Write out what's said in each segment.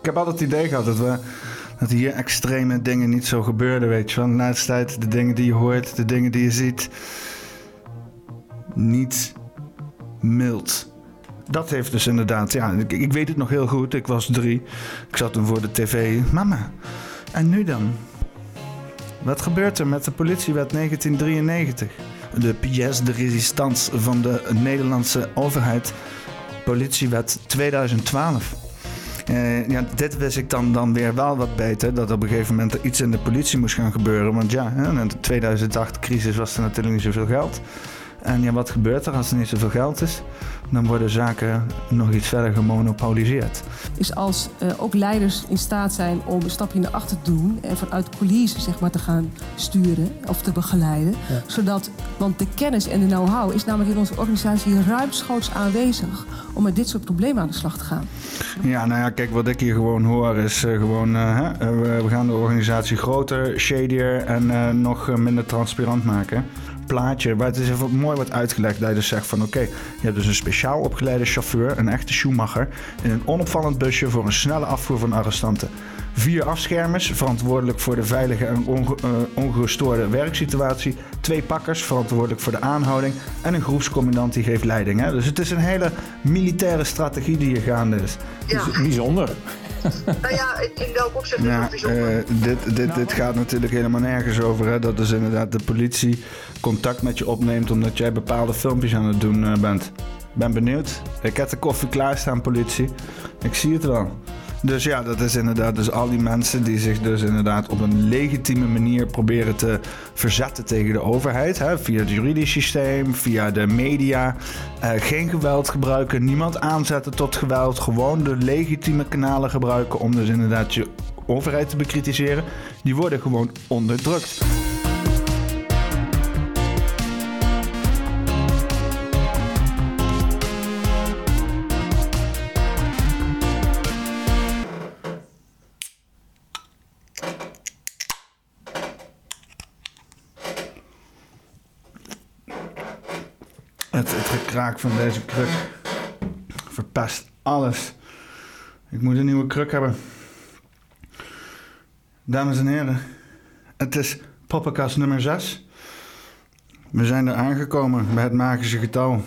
Ik heb altijd het idee gehad dat hier extreme dingen niet zo gebeurden, weet je. Van de laatste tijd, de dingen die je hoort, de dingen die je ziet, niet mild. Dat heeft dus inderdaad, ja, ik weet het nog heel goed. Ik was 3. Ik zat toen voor de tv. Mama, en nu dan? Wat gebeurt er met de politiewet 1993? De pièce de résistance van de Nederlandse overheid. Politiewet 2012. Dit wist ik dan weer wel wat beter. Dat op een gegeven moment er iets in de politie moest gaan gebeuren. Want ja, in de 2008-crisis was er natuurlijk niet zoveel geld. En ja, wat gebeurt er als er niet zoveel geld is? Dan worden zaken nog iets verder gemonopoliseerd. Is als ook leiders in staat zijn om een stapje naar achter te doen en vanuit de coulissen zeg maar, te gaan sturen of te begeleiden. Ja. Zodat, want de kennis en de know-how is namelijk in onze organisatie ruimschoots aanwezig om met dit soort problemen aan de slag te gaan. Ja, nou ja, kijk, wat ik hier gewoon hoor is we gaan de organisatie groter, shadier en nog minder transparant maken. Plaatje waar het is even mooi wordt uitgelegd dat je dus zegt van oké, je hebt dus een speciaal opgeleide chauffeur, een echte Schumacher, in een onopvallend busje voor een snelle afvoer van arrestanten. 4 afschermers, verantwoordelijk voor de veilige en ongestoorde werksituatie. 2 pakkers, verantwoordelijk voor de aanhouding. En een groepscommandant die geeft leiding. Hè? Dus het is een hele militaire strategie die hier gaande is. Ja. Bijzonder. Nou ja, in welk opzicht is dat bijzonder? Dit gaat natuurlijk helemaal nergens over. Hè? Dat is inderdaad de politie contact met je opneemt omdat jij bepaalde filmpjes aan het doen bent. Ben benieuwd. Ik heb de koffie klaarstaan, politie. Ik zie het wel. Dus ja, dat is inderdaad dus al die mensen die zich dus inderdaad op een legitieme manier proberen te verzetten tegen de overheid. Hè, via het juridisch systeem, via de media. Geen geweld gebruiken, niemand aanzetten tot geweld. Gewoon de legitieme kanalen gebruiken om dus inderdaad je overheid te bekritiseren. Die worden gewoon onderdrukt. Het gekraak van deze kruk verpest alles. Ik moet een nieuwe kruk hebben. Dames en heren, het is Poppenkast nummer 6. We zijn er aangekomen bij het magische getal.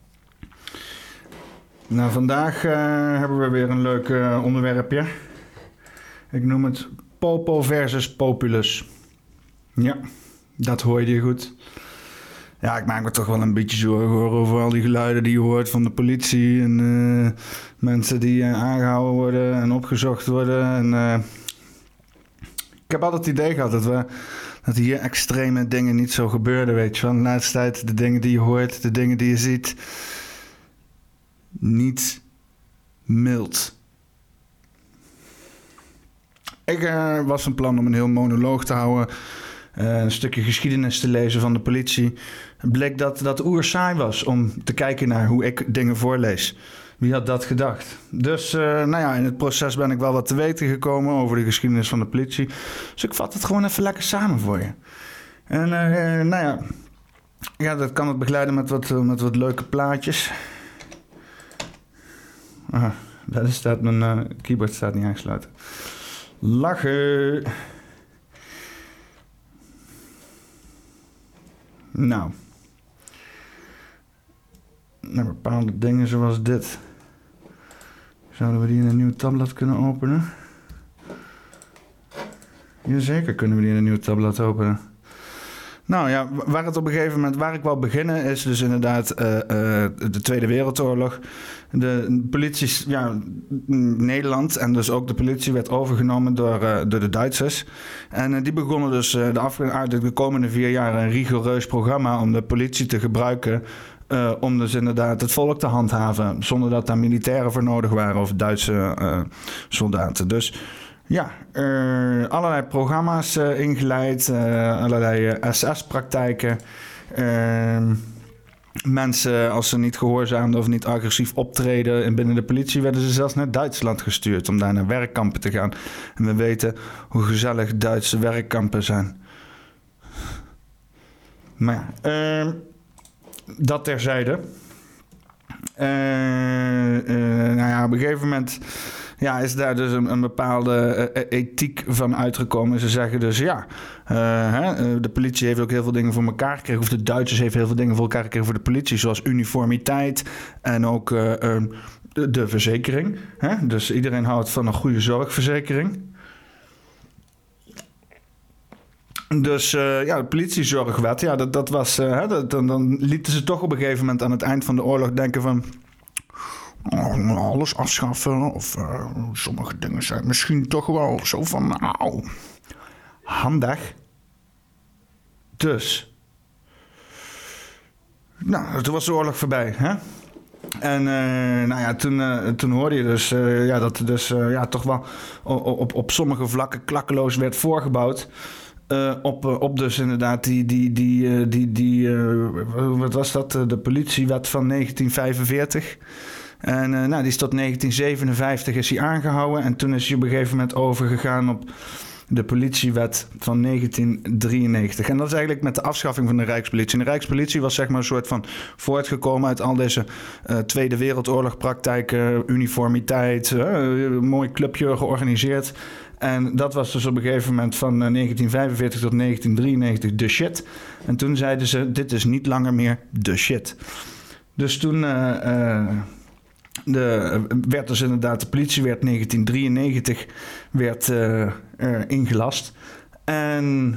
Nou, vandaag hebben we weer een leuk onderwerpje. Ik noem het Popo versus Populus. Ja, dat hoor je goed. Ja, ik maak me toch wel een beetje zorgen over al die geluiden die je hoort van de politie. En mensen die aangehouden worden en opgezocht worden. En, ik heb altijd het idee gehad dat hier extreme dingen niet zo gebeurden, weet je. Van de laatste tijd, de dingen die je hoort, de dingen die je ziet, niet mild. Ik was van plan om een heel monoloog te houden. Een stukje geschiedenis te lezen van de politie. Bleek dat oersaai was om te kijken naar hoe ik dingen voorlees. Wie had dat gedacht? Dus in het proces ben ik wel wat te weten gekomen over de geschiedenis van de politie. Dus ik vat het gewoon even lekker samen voor je. En dat kan het begeleiden met wat leuke plaatjes. Daar staat mijn keyboard staat niet aangesloten. Lachen. Nou, bepaalde dingen zoals dit. Zouden we die in een nieuw tabblad kunnen openen? Jazeker kunnen we die in een nieuw tabblad openen. Nou ja, waar ik wou beginnen is dus inderdaad de Tweede Wereldoorlog. De politie, Nederland en dus ook de politie werd overgenomen door de Duitsers. En die begonnen dus de komende 4 jaar een rigoureus programma om de politie te gebruiken. Om dus inderdaad het volk te handhaven. Zonder dat daar militairen voor nodig waren of Duitse soldaten. Dus ja, allerlei programma's ingeleid. Allerlei SS-praktijken. Mensen, als ze niet gehoorzaamden of niet agressief optreden en binnen de politie, werden ze zelfs naar Duitsland gestuurd om daar naar werkkampen te gaan. En we weten hoe gezellig Duitse werkkampen zijn. Maar ja, dat terzijde. Op een gegeven moment ja, is daar dus een bepaalde ethiek van uitgekomen. Ze zeggen dus de politie heeft ook heel veel dingen voor elkaar gekregen. Of de Duitsers heeft heel veel dingen voor elkaar gekregen voor de politie. Zoals uniformiteit en ook de verzekering. Hè? Dus iedereen houdt van een goede zorgverzekering. Dus de politiezorgwet, dat was... dan lieten ze toch op een gegeven moment aan het eind van de oorlog denken van... alles afschaffen of sommige dingen zijn misschien toch wel zo van... handig. Dus... toen was de oorlog voorbij, hè? En toen hoorde je dus dat er dus toch wel op sommige vlakken klakkeloos werd voorgebouwd... Op dus inderdaad wat was dat? De politiewet van 1945. En die is tot 1957 is hij aangehouden. En toen is hij op een gegeven moment overgegaan op de politiewet van 1993. En dat is eigenlijk met de afschaffing van de Rijkspolitie. En de Rijkspolitie was zeg maar een soort van voortgekomen uit al deze Tweede Wereldoorlog praktijken, uniformiteit, een mooi clubje georganiseerd. En dat was dus op een gegeven moment van 1945 tot 1993 de shit. En toen zeiden ze, dit is niet langer meer de shit. Dus toen werd dus inderdaad de politiewet 1993 werd ingelast. En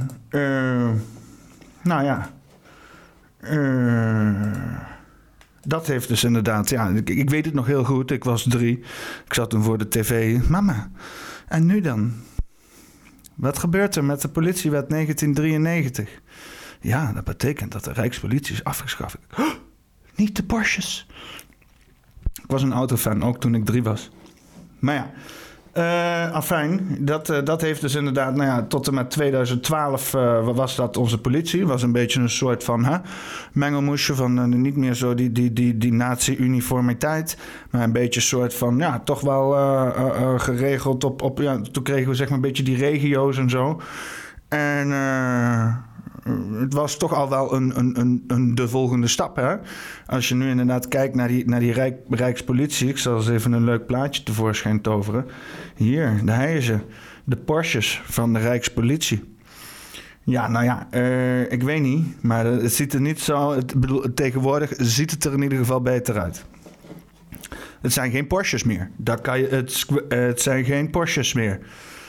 dat heeft dus inderdaad... ik weet het nog heel goed. Ik was 3. Ik zat toen voor de tv. Mama, en nu dan? Wat gebeurt er met de politiewet 1993? Ja, dat betekent dat de Rijkspolitie is afgeschaft. Niet de Porsches. Ik was een autofan, ook toen ik 3 was. Maar ja, afijn, dat heeft dus inderdaad... tot en met 2012 was dat onze politie. Was een beetje een soort van mengelmoesje van niet meer zo die nazi-uniformiteit... maar een beetje een soort van, toch wel geregeld op toen kregen we zeg maar een beetje die regio's en zo. En... het was toch al wel de volgende stap, hè? Als je nu inderdaad kijkt naar die Rijkspolitie... Ik zal eens even een leuk plaatje tevoorschijn toveren. Hier, daar heb je ze. De Porsches van de Rijkspolitie. Ja, ik weet niet, maar het ziet er niet zo... tegenwoordig ziet het er in ieder geval beter uit. Het zijn geen Porsches meer. Het zijn geen Porsches meer.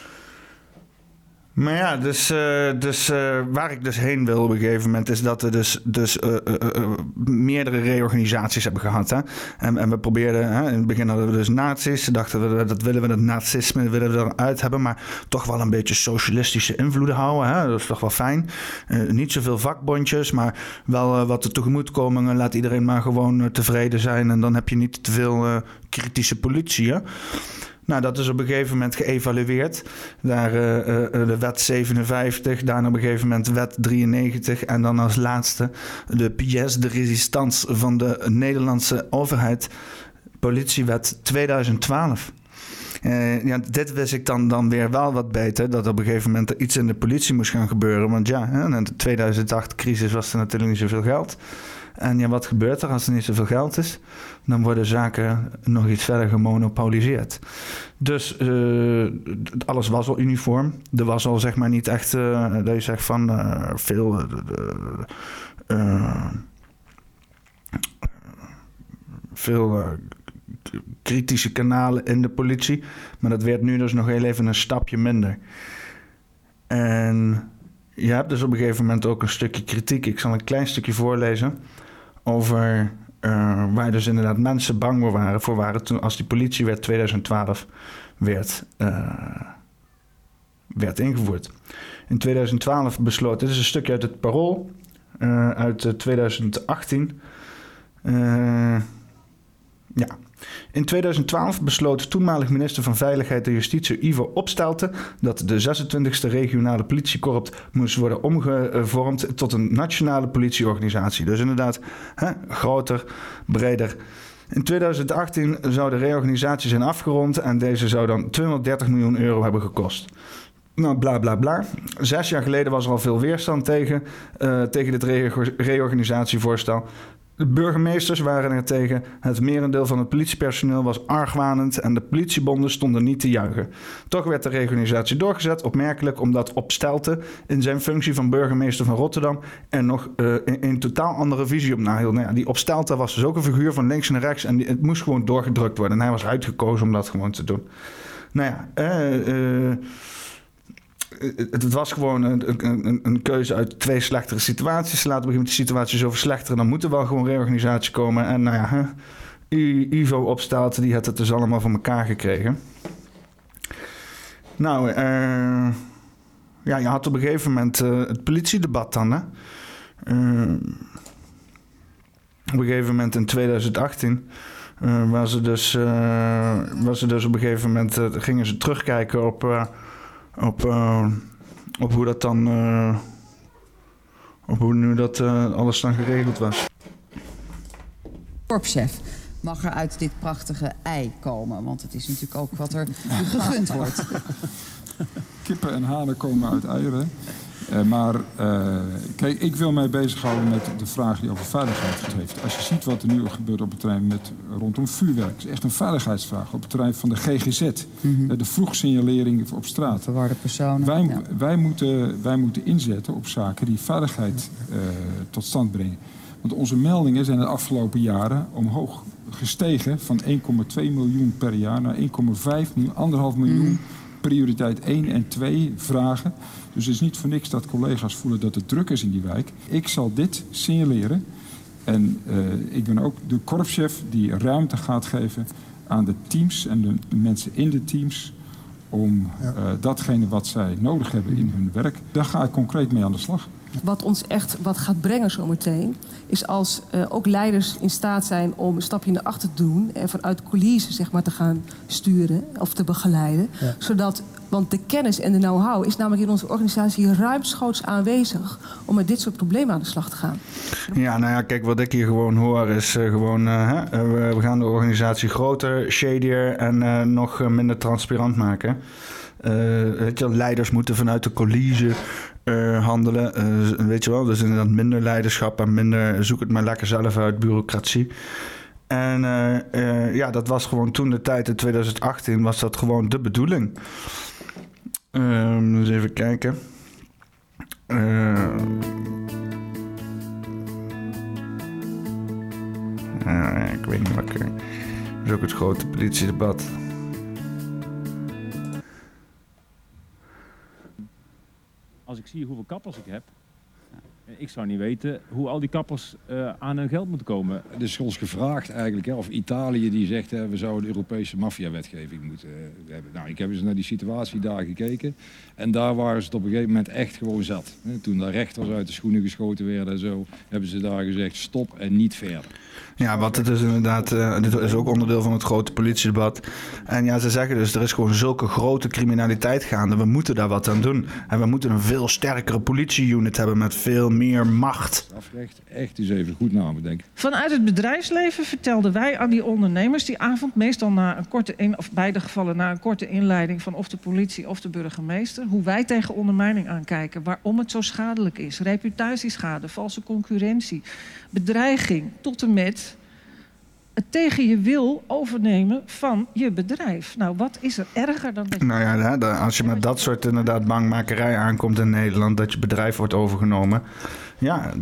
Maar ja, dus waar ik dus heen wil op een gegeven moment... is dat we dus meerdere reorganisaties hebben gehad. Hè? En we probeerden... in het begin hadden we dus nazi's. Dachten we, dat nazisme willen we eruit hebben... maar toch wel een beetje socialistische invloeden houden. Hè? Dat is toch wel fijn. Niet zoveel vakbondjes, maar wel wat de tegemoetkomingen. Laat iedereen maar gewoon tevreden zijn... en dan heb je niet te veel kritische politie, hè? Nou, dat is op een gegeven moment geëvalueerd. Daar de wet 57, daarna op een gegeven moment wet 93... en dan als laatste de pièce de résistance van de Nederlandse overheid... politiewet 2012. Dit wist ik dan weer wel wat beter... dat op een gegeven moment er iets in de politie moest gaan gebeuren. Want in de 2008-crisis was er natuurlijk niet zoveel geld... En wat gebeurt er als er niet zoveel geld is? Dan worden zaken nog iets verder gemonopoliseerd. Dus alles was al uniform. Er was al zeg maar niet echt dat je zegt van veel kritische kanalen in de politie. Maar dat werd nu dus nog heel even een stapje minder. En je hebt dus op een gegeven moment ook een stukje kritiek. Ik zal een klein stukje voorlezen... over waar dus inderdaad mensen bang voor waren... toen als die politiewet 2012 werd ingevoerd. In 2012 besloot... Dit is een stukje uit het Parool uit 2018... In 2012 besloot toenmalig minister van Veiligheid en Justitie Ivo Opstelten dat de 26e regionale politiekorps moest worden omgevormd tot een nationale politieorganisatie. Dus inderdaad groter, breder. In 2018 zou de reorganisatie zijn afgerond en deze zou dan €230 miljoen hebben gekost. Nou, bla bla bla. 6 jaar geleden was er al veel weerstand tegen dit reorganisatievoorstel. De burgemeesters waren er tegen. Het merendeel van het politiepersoneel was argwanend en de politiebonden stonden niet te juichen. Toch werd de reorganisatie doorgezet, opmerkelijk omdat Opstelten in zijn functie van burgemeester van Rotterdam er nog een totaal andere visie op nahield. Nou ja, die Opstelten was dus ook een figuur van links en rechts en het moest gewoon doorgedrukt worden. En hij was uitgekozen om dat gewoon te doen. Nou ja, het was gewoon een keuze uit 2 slechtere situaties. Laten we beginnen met de situatie zo verslechteren. Dan moet er wel gewoon reorganisatie komen. En nou ja, Ivo Opstelten, die had het dus allemaal voor elkaar gekregen. Nou, ja, je had op een gegeven moment het politiedebat dan, hè. Op een gegeven moment in 2018... was ze dus op een gegeven moment... gingen ze terugkijken op hoe dat dan... op hoe nu dat alles dan geregeld was. Korpschef mag er uit dit prachtige ei komen. Want het is natuurlijk ook wat er gegund wordt. Kippen en hanen komen uit eieren. Kijk, ik wil mij bezighouden met de vraag die over veiligheid geeft. Als je ziet wat er nu gebeurt op het terrein rondom vuurwerk. Het is echt een veiligheidsvraag op het terrein van de GGZ. De vroegsignalering op straat. Verwarde personen. Wij moeten inzetten op zaken die veiligheid tot stand brengen. Want onze meldingen zijn de afgelopen jaren omhoog gestegen van 1,2 miljoen per jaar naar 1,5 miljoen, 1,5 miljoen. Prioriteit 1 en 2 vragen. Dus het is niet voor niks dat collega's voelen dat het druk is in die wijk. Ik zal dit signaleren. En ik ben ook de korpschef die ruimte gaat geven aan de teams en de mensen in de teams om datgene wat zij nodig hebben in hun werk. Daar ga ik concreet mee aan de slag. Wat ons echt wat gaat brengen zometeen, is als ook leiders in staat zijn om een stapje naar achter te doen en vanuit de coulissen zeg maar te gaan sturen of te begeleiden. Ja. Zodat, want de kennis en de know-how is namelijk in onze organisatie ruimschoots aanwezig om met dit soort problemen aan de slag te gaan. Ja, nou ja, kijk, wat ik hier gewoon hoor is we gaan de organisatie groter, shadier en nog minder transparant maken. Weet je, leiders moeten vanuit de coulissen handelen. Weet je wel, dus inderdaad minder leiderschap en minder zoek het maar lekker zelf uit, bureaucratie. En ja, dat was gewoon toen de tijd in 2018 was dat gewoon de bedoeling. Dus even kijken. Ik weet niet wat ik... Dat is ook het grote politiedebat. Als ik zie hoeveel kappers ik heb, ik zou niet weten hoe al die kappers aan hun geld moeten komen. Het is ons gevraagd eigenlijk, of Italië die zegt we zouden de Europese maffiawetgeving moeten hebben. Nou, ik heb eens naar die situatie daar gekeken en daar waren ze het op een gegeven moment echt gewoon zat. Toen de rechters uit de schoenen geschoten werden en zo, hebben ze daar gezegd stop en niet verder. Ja, wat het is inderdaad, dit is ook onderdeel van het grote politiedebat. En ja, ze zeggen dus, er is gewoon zulke grote criminaliteit gaande. We moeten daar wat aan doen. En we moeten een veel sterkere politieunit hebben met veel meer macht. Strafrecht, echt eens even goed nadenken. Vanuit het bedrijfsleven vertelden wij aan die ondernemers die avond, meestal na een korte, of beide gevallen na een korte inleiding van of de politie of de burgemeester, hoe wij tegen ondermijning aankijken, waarom het zo schadelijk is. Reputatieschade, valse concurrentie, bedreiging, tot en met het tegen je wil overnemen van je bedrijf. Nou, wat is er erger dan dat? Nou ja, als je met dat soort inderdaad bangmakerij aankomt in Nederland, dat je bedrijf wordt overgenomen, ja,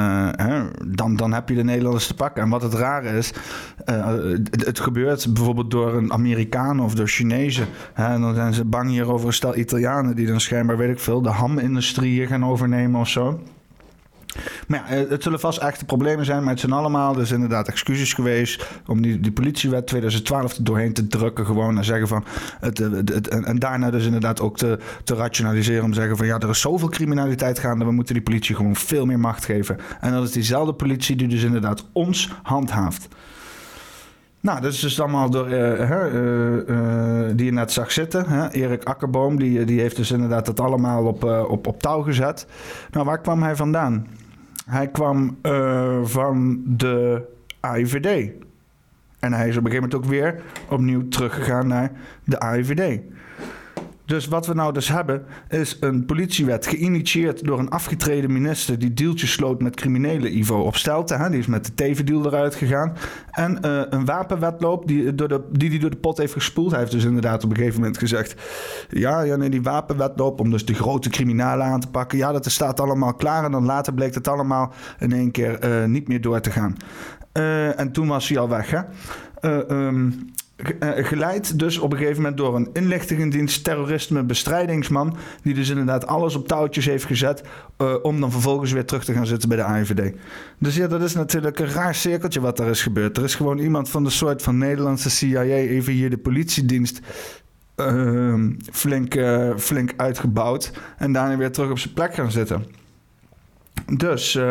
dan heb je de Nederlanders te pakken. En wat het rare is, het gebeurt bijvoorbeeld door een Amerikaan of door Chinezen. En dan zijn ze bang hier over een stel Italianen die dan schijnbaar, weet ik veel, de hamindustrie hier gaan overnemen of zo. Maar ja, het zullen vast echte problemen zijn, maar het zijn allemaal dus inderdaad excuses geweest om die politiewet 2012 er doorheen te drukken gewoon en zeggen van en daarna dus inderdaad ook te rationaliseren om te zeggen van ja, er is zoveel criminaliteit gaande, we moeten die politie gewoon veel meer macht geven. En dat is diezelfde politie die dus inderdaad ons handhaaft. Nou, dat is dus allemaal door die je net zag zitten. Erik Akkerboom, die heeft dus inderdaad dat allemaal op touw gezet. Nou, waar kwam hij vandaan? Hij kwam van de AIVD. En hij is op een gegeven moment ook weer opnieuw teruggegaan naar de AIVD. Dus wat we nou dus hebben, is een politiewet geïnitieerd door een afgetreden minister die deeltjes sloot met criminelen. Ivo Opstelten, hè, die is met de tevendeal eruit gegaan. En een wapenwetloop die door de pot heeft gespoeld. Hij heeft dus inderdaad op een gegeven moment gezegd, nee, die wapenwetloop om dus de grote criminelen aan te pakken. Ja, dat staat allemaal klaar. En dan later bleek het allemaal in één keer niet meer door te gaan. En toen was hij al weg, hè. Geleid dus op een gegeven moment door een inlichtingendienst, terrorisme, bestrijdingsman, die dus inderdaad alles op touwtjes heeft gezet om dan vervolgens weer terug te gaan zitten bij de AIVD. Dus ja, dat is natuurlijk een raar cirkeltje wat daar is gebeurd. Er is gewoon iemand van de soort van Nederlandse CIA, even hier de politiedienst, flink uitgebouwd en daarna weer terug op zijn plek gaan zitten. Dus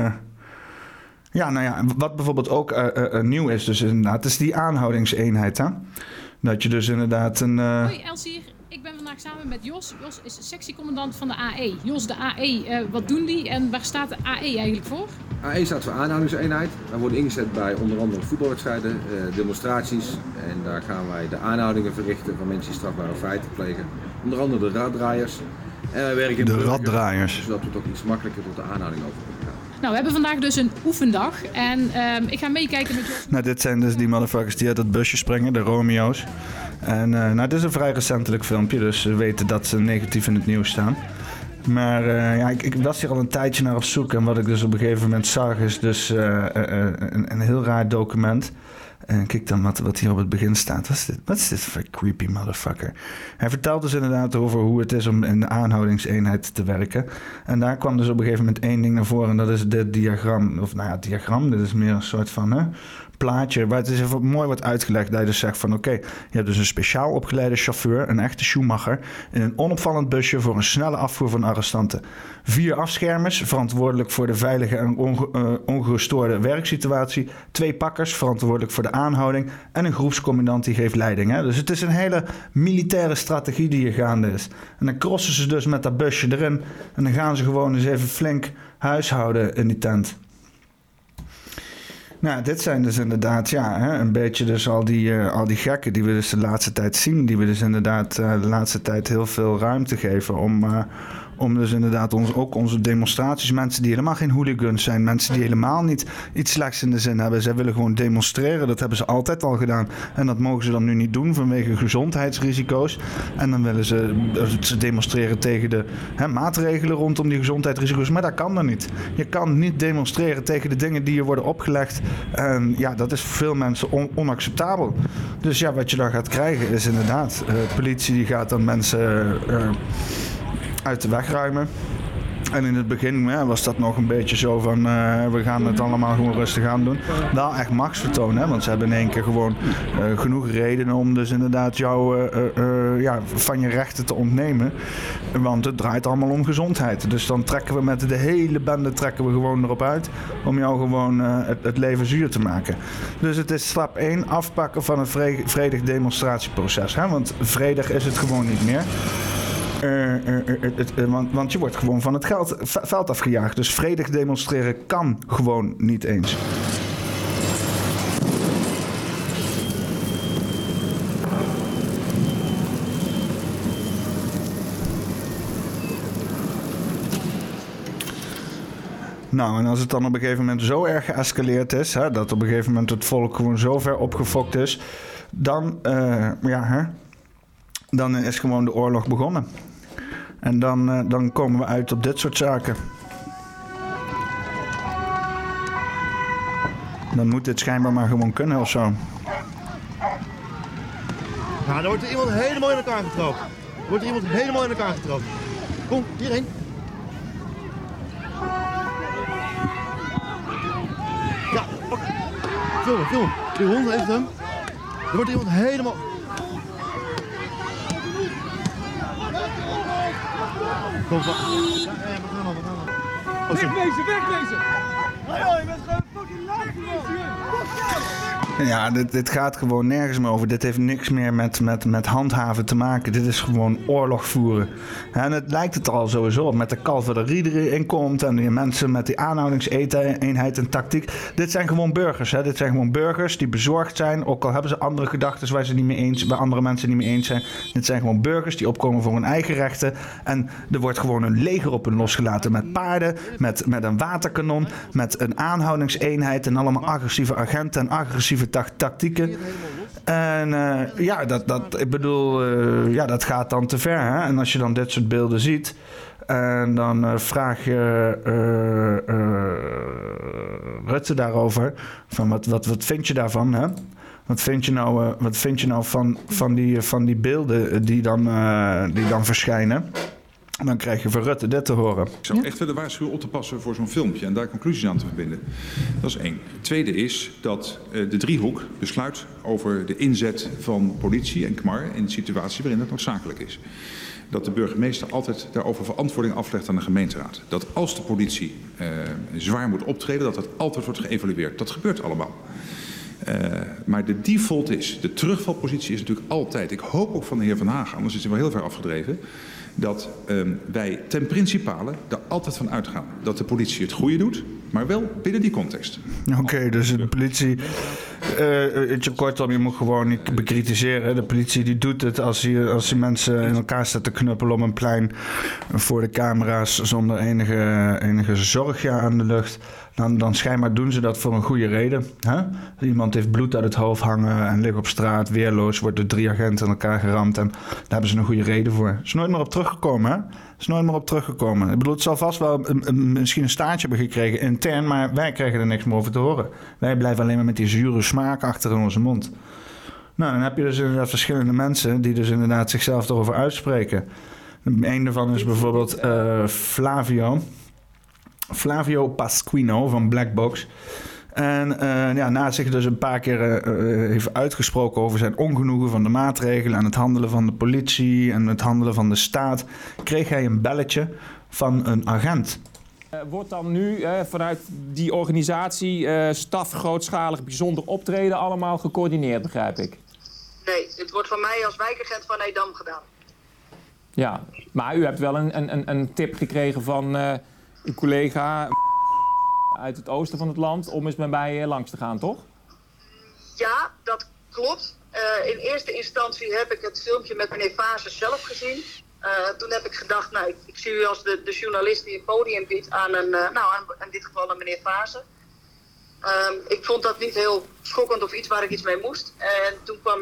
wat bijvoorbeeld ook nieuw is dus inderdaad, is die aanhoudingseenheid. Hè? Dat je dus inderdaad een... Hoi Elsie, ik ben vandaag samen met Jos. Jos is sectiecommandant van de AE. Jos, de AE, wat doen die en waar staat de AE eigenlijk voor? AE staat voor aanhoudingseenheid. Wij worden ingezet bij onder andere voetbalwedstrijden, demonstraties. En daar gaan wij de aanhoudingen verrichten van mensen die strafbare feiten plegen. Onder andere de raddraaiers. En wij werken de raddraaiers. Zodat we toch iets makkelijker tot de aanhouding over kunnen gaan. Nou, we hebben vandaag dus een oefendag en ik ga meekijken met Jos. Nou, dit zijn dus die motherfuckers die uit het busje springen, de Romeo's. En dit is een vrij recentelijk filmpje, dus we weten dat ze negatief in het nieuws staan. Maar ik was hier al een tijdje naar op zoek en wat ik dus op een gegeven moment zag is dus een heel raar document. En kijk dan wat hier op het begin staat. Wat is dit voor creepy motherfucker? Hij vertelt dus inderdaad over hoe het is om in de aanhoudingseenheid te werken. En daar kwam dus op een gegeven moment één ding naar voren. En dat is dit diagram. Of diagram. Dit is meer een soort van plaatje. Waar het is even mooi wordt uitgelegd. Dat je dus zegt van oké, je hebt dus een speciaal opgeleide chauffeur. Een echte Schumacher. In een onopvallend busje voor een snelle afvoer van arrestanten. 4 afschermers, verantwoordelijk voor de veilige en ongestoorde werksituatie. 2 pakkers, verantwoordelijk voor de aanhouding. En een groepscommandant die geeft leiding. Hè? Dus het is een hele militaire strategie die hier gaande is. En dan crossen ze dus met dat busje erin. En dan gaan ze gewoon eens even flink huishouden in die tent. Nou, dit zijn dus inderdaad, een beetje dus al die gekken die we dus de laatste tijd zien. Die we dus inderdaad de laatste tijd heel veel ruimte geven om dus inderdaad ook onze demonstraties, mensen die helemaal geen hooligans zijn, mensen die helemaal niet iets slechts in de zin hebben. Zij willen gewoon demonstreren, dat hebben ze altijd al gedaan. En dat mogen ze dan nu niet doen vanwege gezondheidsrisico's. En dan willen ze demonstreren tegen de maatregelen rondom die gezondheidsrisico's. Maar dat kan dan niet. Je kan niet demonstreren tegen de dingen die je worden opgelegd. En dat is voor veel mensen onacceptabel. Dus wat je dan gaat krijgen is inderdaad, politie die gaat dan mensen uit de weg ruimen. En in het begin was dat nog een beetje zo van we gaan het allemaal gewoon rustig aan doen. Wel echt machtsvertoon, hè? Want ze hebben in één keer gewoon genoeg redenen om dus inderdaad jou van je rechten te ontnemen. Want het draait allemaal om gezondheid. Dus dan trekken we met de hele bende gewoon erop uit om jou gewoon het leven zuur te maken. Dus het is stap 1, afpakken van het vredig demonstratieproces. Hè? Want vredig is het gewoon niet meer. Want je wordt gewoon van het veld afgejaagd. Dus vredig demonstreren kan gewoon niet eens. Nou, en als het dan op een gegeven moment zo erg geëscaleerd is, dat op een gegeven moment het volk gewoon zo ver opgefokt is, dan is gewoon de oorlog begonnen. En dan komen we uit op dit soort zaken. Dan moet dit schijnbaar maar gewoon kunnen of zo. Nou, dan wordt er iemand helemaal in elkaar getrapt. Kom, hierheen. Ja, oké. Film. Die hond heeft hem. Er wordt iemand helemaal... Kom, we gaan al. Wegwezen! Nee joh, je bent gewoon fucking live, man! Ja, dit gaat gewoon nergens meer over. Dit heeft niks meer met handhaven te maken. Dit is gewoon oorlog voeren. En het lijkt het al sowieso op met de calvaterie die erin komt en die mensen met die aanhoudingseenheid en tactiek. Dit zijn gewoon burgers. Hè? Dit zijn gewoon burgers die bezorgd zijn, ook al hebben ze andere gedachten waar andere mensen niet mee eens zijn. Dit zijn gewoon burgers die opkomen voor hun eigen rechten. En er wordt gewoon een leger op hun losgelaten met paarden, met een waterkanon, met een aanhoudingseenheid en allemaal agressieve agenten en agressieve tactieken. En dat gaat dan te ver. Hè? En als je dan dit soort beelden ziet, en dan vraag je Rutte daarover, van wat vind je daarvan? Hè? Wat vind je nou van die beelden die dan verschijnen? En dan krijg je van Rutte dit te horen. Ik zou echt willen waarschuwen op te passen voor zo'n filmpje en daar conclusies aan te verbinden. Dat is 1. Het tweede is dat de driehoek besluit over de inzet van politie en KMAR in de situatie waarin het noodzakelijk is. Dat de burgemeester altijd daarover verantwoording aflegt aan de gemeenteraad. Dat als de politie zwaar moet optreden, dat dat altijd wordt geëvalueerd. Dat gebeurt allemaal. Maar de default is, de terugvalpositie is natuurlijk altijd, ik hoop ook van de heer Van Hagen, anders is hij wel heel ver afgedreven, dat wij ten principale er altijd van uitgaan dat de politie het goede doet, maar wel binnen die context. Oké, dus de politie, kortom, je moet gewoon niet bekritiseren. De politie die doet het als die mensen in elkaar staat te knuppelen op een plein voor de camera's zonder enige zorg aan de lucht. Dan schijnbaar doen ze dat voor een goede reden. Hè? Iemand heeft bloed uit het hoofd hangen en ligt op straat, weerloos, wordt door 3 agenten aan elkaar geramd. En daar hebben ze een goede reden voor. Er is nooit meer op teruggekomen, hè? Is nooit meer op teruggekomen. Ik bedoel, het zal vast wel misschien een staartje hebben gekregen intern, maar wij krijgen er niks meer over te horen. Wij blijven alleen maar met die zure smaak achter in onze mond. Nou, dan heb je dus inderdaad verschillende mensen die dus inderdaad zichzelf erover uitspreken. Een daarvan is bijvoorbeeld Flavio Pasquino van Blackbox. En na zich dus een paar keer heeft uitgesproken over zijn ongenoegen van de maatregelen en het handelen van de politie en het handelen van de staat, kreeg hij een belletje van een agent. Wordt dan nu vanuit die organisatie staf grootschalig bijzonder optreden allemaal gecoördineerd, begrijp ik? Nee, het wordt van mij als wijkagent van Edam gedaan. Ja, maar u hebt wel een tip gekregen van uw collega uit het oosten van het land om eens met mij langs te gaan, toch? Ja, dat klopt. In eerste instantie heb ik het filmpje met meneer Vazes zelf gezien. Toen heb ik gedacht, nou, ik zie u als de journalist die een podium biedt aan in dit geval aan meneer Vazes. Ik vond dat niet heel schokkend of iets waar ik iets mee moest. En toen kwam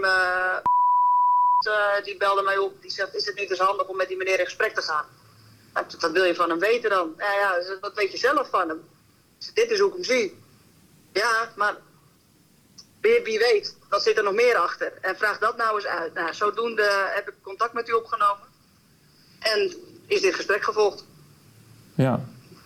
die belde mij op, die zegt, is het niet eens handig om met die meneer in gesprek te gaan? Wat wil je van hem weten dan? Wat weet je zelf van hem? Dit is hoe ik hem zie. Ja, maar wie weet, wat zit er nog meer achter? En vraag dat nou eens uit. Nou, zodoende heb ik contact met u opgenomen. En is dit gesprek gevolgd. Ja.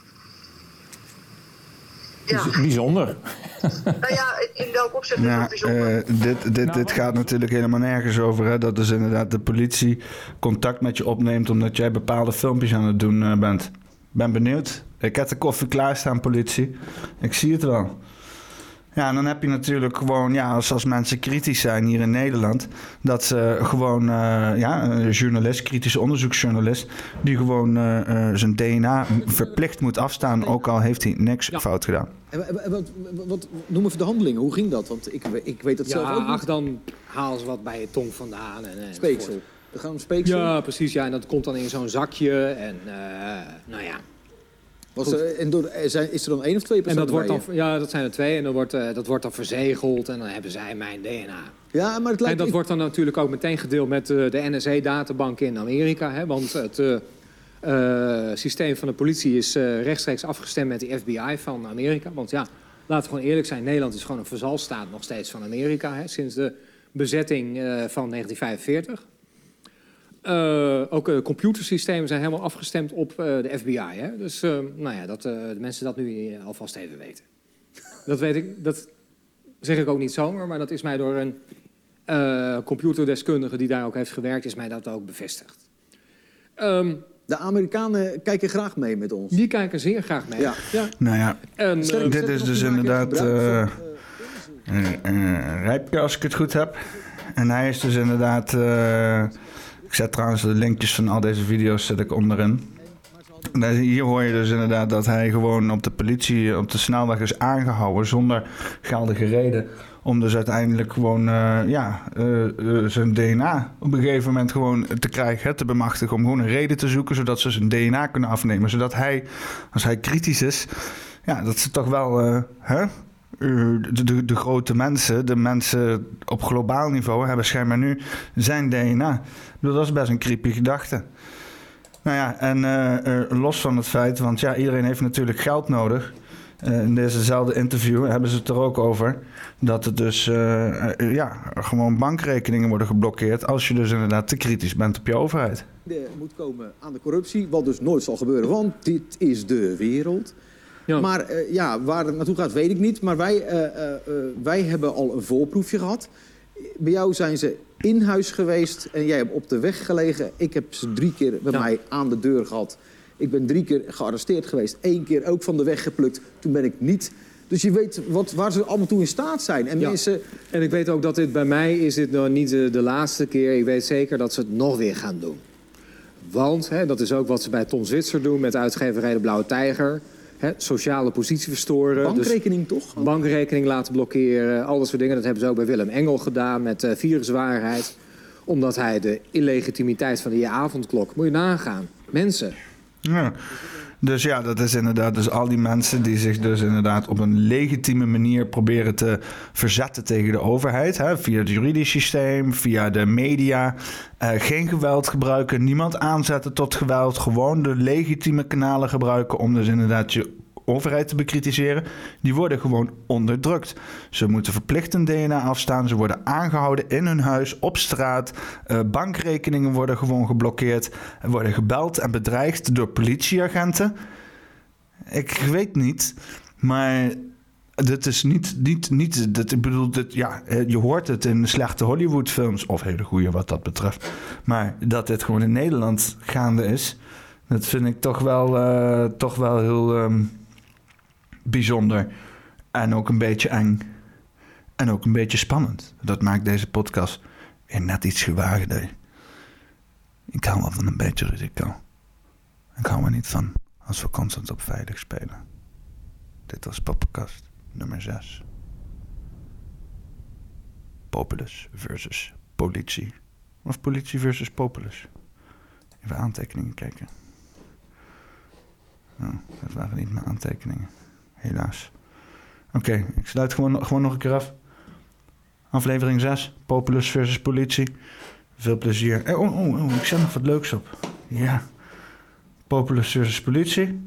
Bijzonder. Nou ja, in welk opzicht is het bijzonder? Dit gaat natuurlijk helemaal nergens over. Hè? Dat dus inderdaad de politie contact met je opneemt omdat jij bepaalde filmpjes aan het doen bent. Ben benieuwd. Ik heb de koffie klaarstaan, politie. Ik zie het wel. Ja, en dan heb je natuurlijk gewoon, als mensen kritisch zijn hier in Nederland, dat ze gewoon, een journalist, kritische onderzoeksjournalist, die gewoon zijn DNA verplicht moet afstaan, ook al heeft hij niks fout gedaan. Wat noem even de handelingen, hoe ging dat? Want ik weet het zelf ook niet. Dan haal ze wat bij je tong vandaan. Speeksel. We gaan om speeksel? Ja, precies. Ja, en dat komt dan in zo'n zakje en is er dan 1 of 2 personen Ja, dat zijn er 2 en dat wordt dan verzegeld en dan hebben zij mijn DNA. Ja, maar het lijkt... En dat wordt dan natuurlijk ook meteen gedeeld met de NSA-databank in Amerika. Hè, want het systeem van de politie is rechtstreeks afgestemd met de FBI van Amerika. Want ja, laten we gewoon eerlijk zijn, Nederland is gewoon een vazalstaat nog steeds van Amerika. Hè, sinds de bezetting van 1945. Ook computersystemen zijn helemaal afgestemd op de FBI. Hè? Dus dat de mensen dat nu alvast even weten. Dat weet ik, dat zeg ik ook niet zomaar, maar dat is mij door een computerdeskundige die daar ook heeft gewerkt, is mij dat ook bevestigd. De Amerikanen kijken graag mee met ons. Die kijken zeer graag mee. Ja. Nou ja, dit is dus inderdaad... Rijpke, als ik het goed heb. En hij is dus inderdaad... ik zet trouwens de linkjes van al deze video's zet ik onderin. Hier hoor je dus inderdaad dat hij gewoon op de snelweg is aangehouden zonder geldige reden. Om dus uiteindelijk gewoon zijn DNA op een gegeven moment gewoon te krijgen, te bemachtigen. Om gewoon een reden te zoeken, zodat ze zijn DNA kunnen afnemen. Zodat hij, als hij kritisch is, dat ze toch wel de grote mensen, de mensen op globaal niveau, hebben schijnbaar nu zijn DNA. Ik bedoel, dat is best een creepy gedachte. Nou ja, en los van het feit, want iedereen heeft natuurlijk geld nodig. In dezezelfde interview hebben ze het er ook over dat er dus gewoon bankrekeningen worden geblokkeerd als je dus inderdaad te kritisch bent op je overheid. Er moet komen aan de corruptie, wat dus nooit zal gebeuren, want dit is de wereld. Ja. Maar waar het naartoe gaat, weet ik niet. Maar wij hebben al een voorproefje gehad. Bij jou zijn ze in huis geweest en jij hebt op de weg gelegen. Ik heb ze 3 keer bij mij aan de deur gehad. Ik ben 3 keer gearresteerd geweest. 1 keer ook van de weg geplukt. Toen ben ik niet. Dus je weet waar ze allemaal toe in staat zijn. En mensen... En ik weet ook dat dit bij mij is dit nog niet de laatste keer. Ik weet zeker dat ze het nog weer gaan doen. Want, dat is ook wat ze bij Tom Zwitser doen met de uitgeverij De Blauwe Tijger. Sociale positie verstoren. Bankrekening toch? Bankrekening laten blokkeren. Al dat soort dingen. Dat hebben ze ook bij Willem Engel gedaan met viruswaarheid. Omdat hij de illegitimiteit van die avondklok... Moet je nagaan. Mensen. Ja. Dus dat is inderdaad dus al die mensen die zich dus inderdaad op een legitieme manier proberen te verzetten tegen de overheid. Via het juridisch systeem, via de media. Geen geweld gebruiken, niemand aanzetten tot geweld. Gewoon de legitieme kanalen gebruiken om dus inderdaad je overheid te bekritiseren. Die worden gewoon onderdrukt. Ze moeten verplicht een DNA afstaan. Ze worden aangehouden in hun huis, op straat. Bankrekeningen worden gewoon geblokkeerd. Er worden gebeld en bedreigd door politieagenten. Ik weet niet, maar dit is niet ik bedoel, je hoort het in slechte Hollywoodfilms, of hele goede wat dat betreft. Maar dat dit gewoon in Nederland gaande is, dat vind ik toch wel heel bijzonder. En ook een beetje eng. En ook een beetje spannend. Dat maakt deze podcast weer net iets gewaagder. Ik hou wel van een beetje risico. Ik hou er niet van als we constant op veilig spelen. Dit was Poppenkast nummer 6. Populus versus politie. Of politie versus Populus. Even aantekeningen kijken. Oh, dat waren niet mijn aantekeningen. Helaas. Oké, ik sluit gewoon nog een keer af. Aflevering 6. Populus versus politie. Veel plezier. Ik zet nog wat leuks op. Ja. Populus versus politie.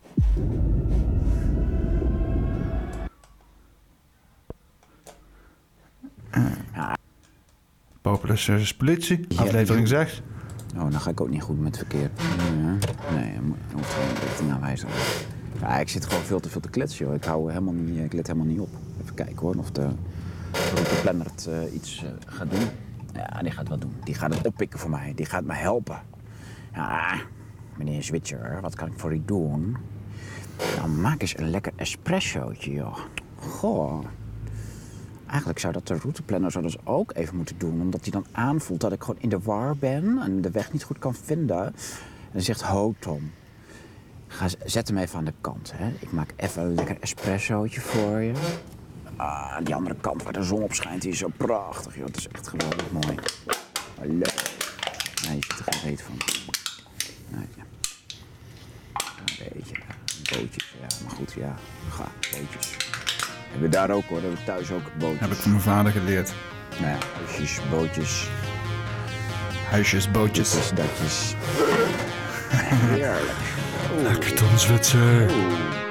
Populus versus politie. Aflevering 6. Oh, dan ga ik ook niet goed met verkeer. Nee, je hoeft geen richting aanwijzen. Ja, ik zit gewoon veel te veel te kletsen, joh. Ik let helemaal niet op. Even kijken hoor, of de Route Plannert iets gaat doen. Ja, die gaat wat doen. Die gaat het oppikken voor mij. Die gaat me helpen. Ja, meneer Zwitser, wat kan ik voor u doen? Nou, maak eens een lekker espressootje, joh. Goh. Eigenlijk zou dat de routeplanner zo dus ook even moeten doen. Omdat hij dan aanvoelt dat ik gewoon in de war ben en de weg niet goed kan vinden. En dan zegt, ho Tom, zet hem even aan de kant. Hè? Ik maak even een lekker espressootje voor je. Die andere kant waar de zon op schijnt, die is zo prachtig. Joh. Dat is echt geweldig mooi. Leuk. Ja, je ziet er geen reet van. Nee, ja. Een beetje. Bootjes, ja. Maar goed, ja. Bootjes. Hebben we daar ook hoor, hebben we thuis ook bootjes. Heb ik van mijn vader geleerd. Nou ja, huisjes, bootjes. Huisjes, bootjes. Datjes. Heerlijk. Lekker Tom Zwitser.